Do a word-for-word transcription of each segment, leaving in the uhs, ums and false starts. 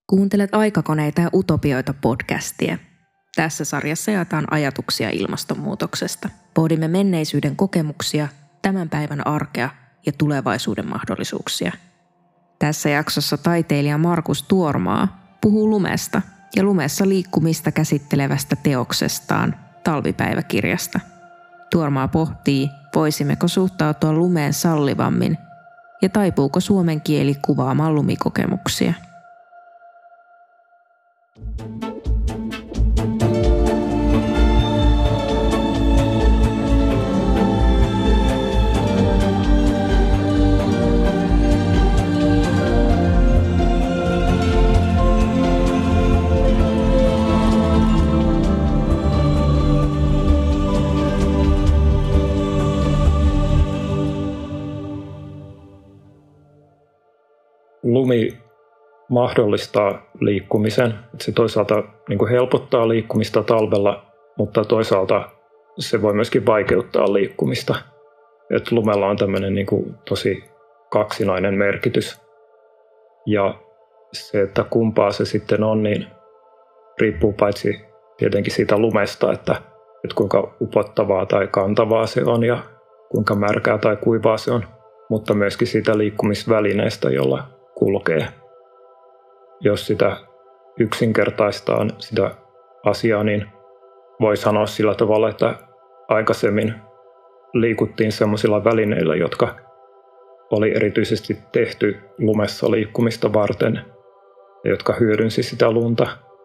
Kuuntelet Aikakoneita ja utopioita podcastia. Tässä sarjassa jaetaan ajatuksia ilmastonmuutoksesta. Pohdimme menneisyyden kokemuksia, tämän päivän arkea ja tulevaisuuden mahdollisuuksia. Tässä jaksossa taiteilija Markus Tuormaa puhuu lumesta ja lumessa liikkumista käsittelevästä teoksestaan Talvipäiväkirjasta. Tuormaa pohtii, voisimmeko suhtautua lumeen sallivammin ja taipuuko suomen kieli kuvaamaan lumikokemuksia. Lumi mahdollistaa liikkumisen. Se toisaalta niin kuin helpottaa liikkumista talvella, mutta toisaalta se voi myöskin vaikeuttaa liikkumista. Et lumella on tämmöinen niin kuin tosi kaksinainen merkitys. Ja se, että kumpaa se sitten on, niin riippuu paitsi tietenkin siitä lumesta, että, että kuinka upottavaa tai kantavaa se on ja kuinka märkää tai kuivaa se on, mutta myöskin siitä liikkumisvälineestä, jolla kulkee. Jos sitä yksinkertaistaa sitä asiaa, niin voi sanoa sillä tavalla, että aikaisemmin liikuttiin sellaisilla välineillä, jotka oli erityisesti tehty lumessa liikkumista varten ja jotka hyödynsi sitä lunta.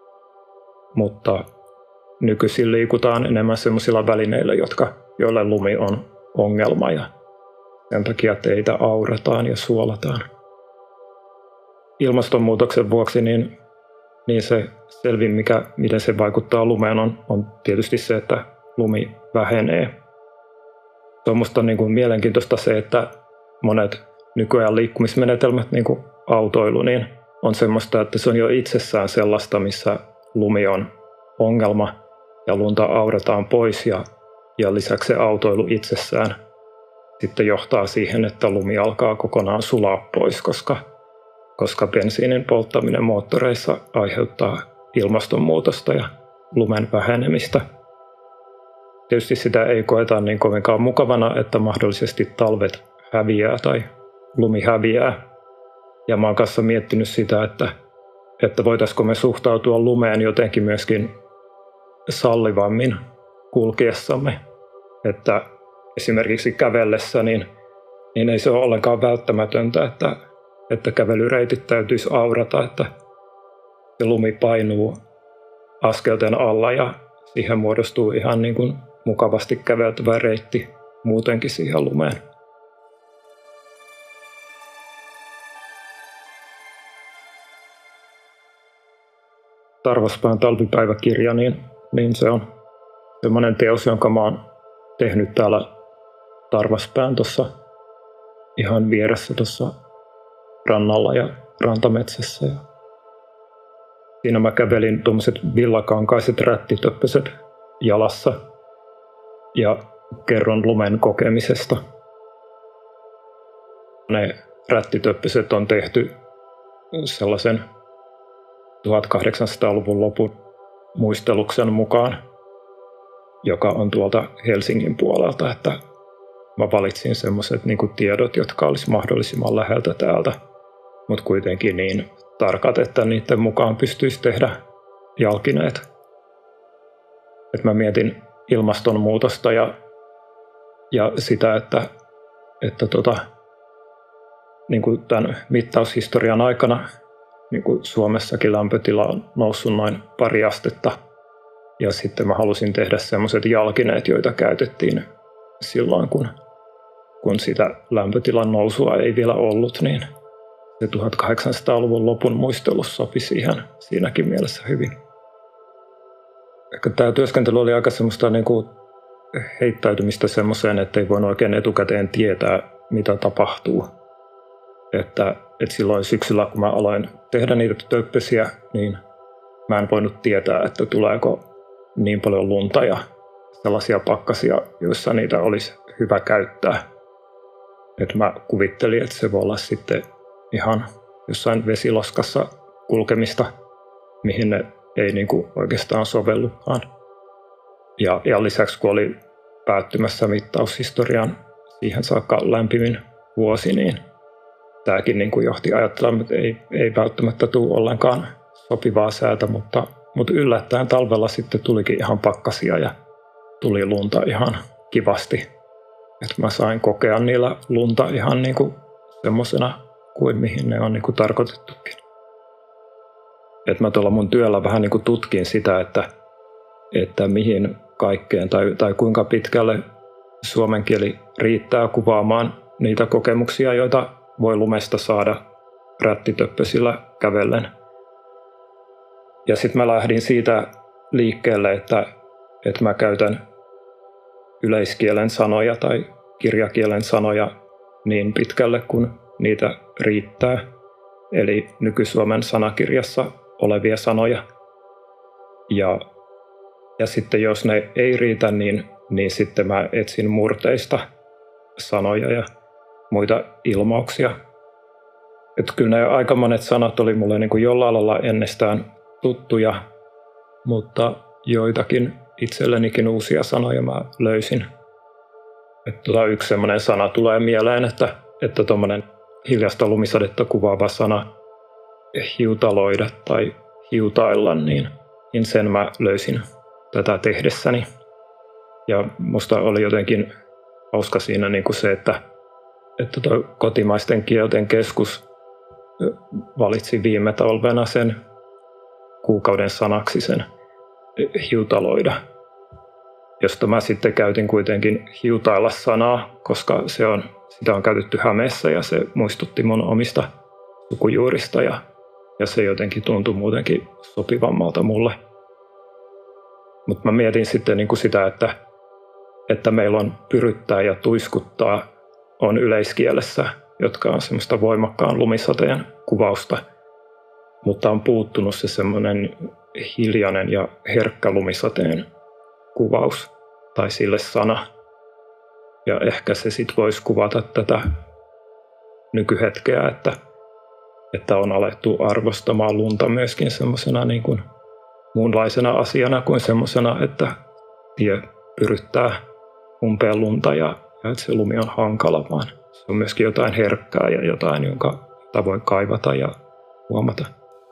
Mutta nykyisin liikutaan enemmän sellaisilla välineillä, jotka, joille lumi on ongelma ja sen takia teitä aurataan ja suolataan. Ilmastonmuutoksen vuoksi niin, niin se selvin, mikä, miten se vaikuttaa lumeen, on, on tietysti se, että lumi vähenee. Se on musta niin kuin mielenkiintoista se, että monet nykyajan liikkumismenetelmät, niin kuin autoilu, niin on semmoista, että se on jo itsessään sellaista, missä lumi on ongelma ja lunta aurataan pois ja, ja lisäksi se autoilu itsessään sitten johtaa siihen, että lumi alkaa kokonaan sulaa pois, koska koska bensiinin polttaminen moottoreissa aiheuttaa ilmastonmuutosta ja lumen vähenemistä. Tietysti sitä ei koeta niin kovinkaan mukavana, että mahdollisesti talvet häviää tai lumi häviää. Ja mä oon kanssa miettinyt sitä, että, että voitaisiko me suhtautua lumeen jotenkin myöskin sallivammin kulkiessamme. Että esimerkiksi kävellessä, niin, niin ei se ole ollenkaan välttämätöntä, että että kävelyreitit täytyisi aurata, että se lumi painuu askelten alla ja siihen muodostuu ihan niin kuin mukavasti käveltävä reitti muutenkin siihen lumeen. Tarvaspään talvipäiväkirja, niin, niin se on semmoinen teos, jonka mä oon tehnyt täällä Tarvaspään tuossa ihan vieressä tuossa rannalla ja rantametsässä. Ja siinä mä kävelin tuommoiset villakankaiset rättitöppöset jalassa ja kerron lumen kokemisesta. Ne rättitöppöset on tehty sellaisen tuhatkahdeksansataaluvun lopun muisteluksen mukaan, joka on tuolta Helsingin puolelta, että mä valitsin semmoiset niin kuin tiedot, jotka olisi mahdollisimman läheltä täältä, mutta kuitenkin niin tarkat, että niiden mukaan pystyisi tehdä jalkineet. Et mä mietin ilmastonmuutosta ja, ja sitä, että, että tota, niin kuin tämän mittaushistorian aikana niin kuin Suomessakin lämpötila on noussut noin pari astetta. Ja sitten mä halusin tehdä semmoiset jalkineet, joita käytettiin silloin, kun, kun sitä lämpötilan nousua ei vielä ollut, niin se tuhatkahdeksansataaluvun lopun muistelus sopi siihen siinäkin mielessä hyvin. Ehkä tämä työskentely oli aika semmoista niin kuin heittäytymistä semmoiseen, että ei voinut oikein etukäteen tietää, mitä tapahtuu. Että, että silloin syksyllä, kun mä aloin tehdä niitä töppösiä, niin mä en voinut tietää, että tuleeko niin paljon lunta ja sellaisia pakkasia, joissa niitä olisi hyvä käyttää. Että mä kuvittelin, että se voi olla sitten ihan jossain vesiloskassa kulkemista, mihin ne ei niin kuin oikeastaan sovellukaan. Ja, ja lisäksi kun oli päättymässä mittaushistorian siihen saakka lämpimin vuosi, niin tämäkin niin kuin johti ajattelemaan, että ei, ei välttämättä tule ollenkaan sopivaa säätä, mutta, mutta yllättäen talvella sitten tulikin ihan pakkasia ja tuli lunta ihan kivasti. Että mä sain kokea niillä lunta ihan niin kuin semmoisena kuin mihin ne on niin kuin tarkoitettukin. Että mä tuolla mun työllä vähän niin kuin tutkin sitä, että, että mihin kaikkeen tai, tai kuinka pitkälle suomen kieli riittää kuvaamaan niitä kokemuksia, joita voi lumesta saada rättitöppösillä kävellen. Ja sitten mä lähdin siitä liikkeelle, että, että mä käytän yleiskielen sanoja tai kirjakielen sanoja niin pitkälle, kun niitä riittää. Eli nyky-Suomen sanakirjassa olevia sanoja. Ja, ja sitten jos ne ei riitä, niin, niin sitten mä etsin murteista sanoja ja muita ilmauksia. Että kyllä ne aika monet sanat oli mulle niin kuin jollain lailla ennestään tuttuja, mutta joitakin itsellenikin uusia sanoja mä löysin. Että tota yksi semmoinen sana tulee mieleen, että että tuommoinen hiljasta lumisadetta kuvaava sana hiutaloida tai hiutailla, niin, niin sen mä löysin tätä tehdessäni. Ja musta oli jotenkin hauska siinä niin kuin se, että, että tuo kotimaisten kielten keskus valitsi viime talvena sen kuukauden sanaksi sen hiutaloida, josta mä sitten käytin kuitenkin hiutailla sanaa, koska se on, sitä on käytetty Hämeessä ja se muistutti mun omista sukujuurista ja, ja se jotenkin tuntui muutenkin sopivammalta mulle. Mutta mä mietin sitten niin kuin sitä, että, että meillä on pyryttää ja tuiskuttaa on yleiskielessä, jotka on semmoista voimakkaan lumisateen kuvausta, mutta on puuttunut se semmoinen hiljainen ja herkkä lumisateen kuvaus tai sille sana. Ja ehkä se sitten voisi kuvata tätä nykyhetkeä, että, että on alettu arvostamaan lunta myöskin semmoisena niin kuin muunlaisena asiana kuin semmoisena, että tie pyryttää umpeen lunta ja, ja että se lumi on hankala, vaan se on myöskin jotain herkkää ja jotain, jonka jota voi kaivata ja huomata.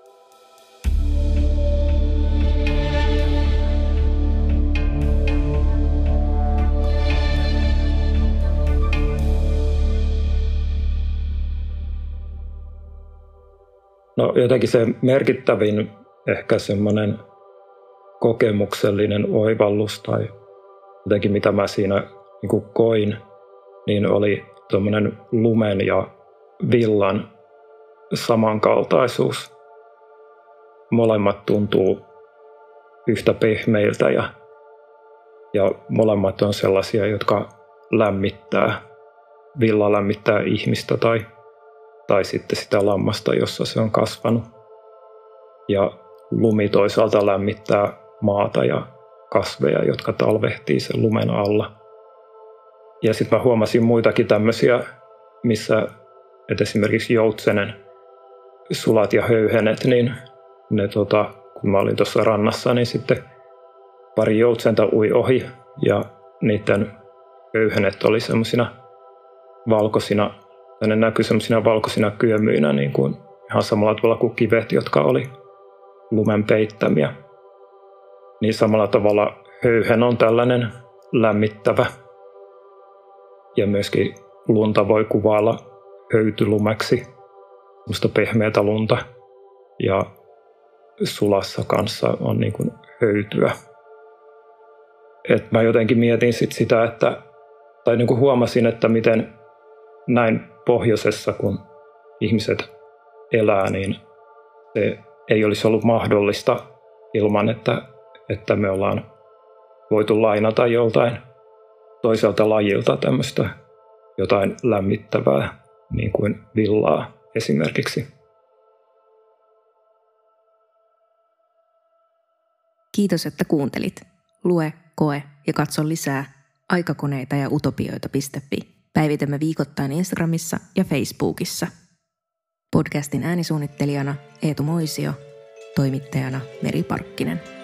No jotenkin se merkittävin ehkä semmoinen kokemuksellinen oivallus tai jotenkin mitä mä siinä niin kuin koin, niin oli tuommoinen lumen ja villan samankaltaisuus. Molemmat tuntuu yhtä pehmeiltä ja, ja molemmat on sellaisia, jotka lämmittää. Villa lämmittää ihmistä tai tai sitten sitä lammasta, jossa se on kasvanut. Ja lumi toisaalta lämmittää maata ja kasveja, jotka talvehtii sen lumen alla. Ja sitten mä huomasin muitakin tämmöisiä, missä että esimerkiksi joutsenen sulat ja höyhenet, niin ne, tota, kun mä olin tuossa rannassa, niin sitten pari joutsenta ui ohi ja niiden höyhenet oli semmoisina valkoisina. Ja ne näkyi semmoisina valkoisina kyömyinä niin kuin ihan samalla tavalla kuin kivet, jotka oli lumen peittämiä. Niin samalla tavalla höyhen on tällainen lämmittävä. Ja myöskin lunta voi kuvailla höytylumeksi, semmoista pehmeätä lunta. Ja sulassa kanssa on niin kuin höytyä. Et mä jotenkin mietin sit sitä, että, tai niin kuin huomasin, että miten näin pohjoisessa, kun ihmiset elää, niin se ei olisi ollut mahdollista ilman, että, että me ollaan voitu lainata joltain toiselta lajilta tämmöistä jotain lämmittävää, niin kuin villaa esimerkiksi. Kiitos, että kuuntelit. Lue, koe ja katso lisää aikakoneita ja utopioita piste fi. Päivitämme viikoittain Instagramissa ja Facebookissa. Podcastin äänisuunnittelijana Eetu Moisio, toimittajana Meri Parkkinen.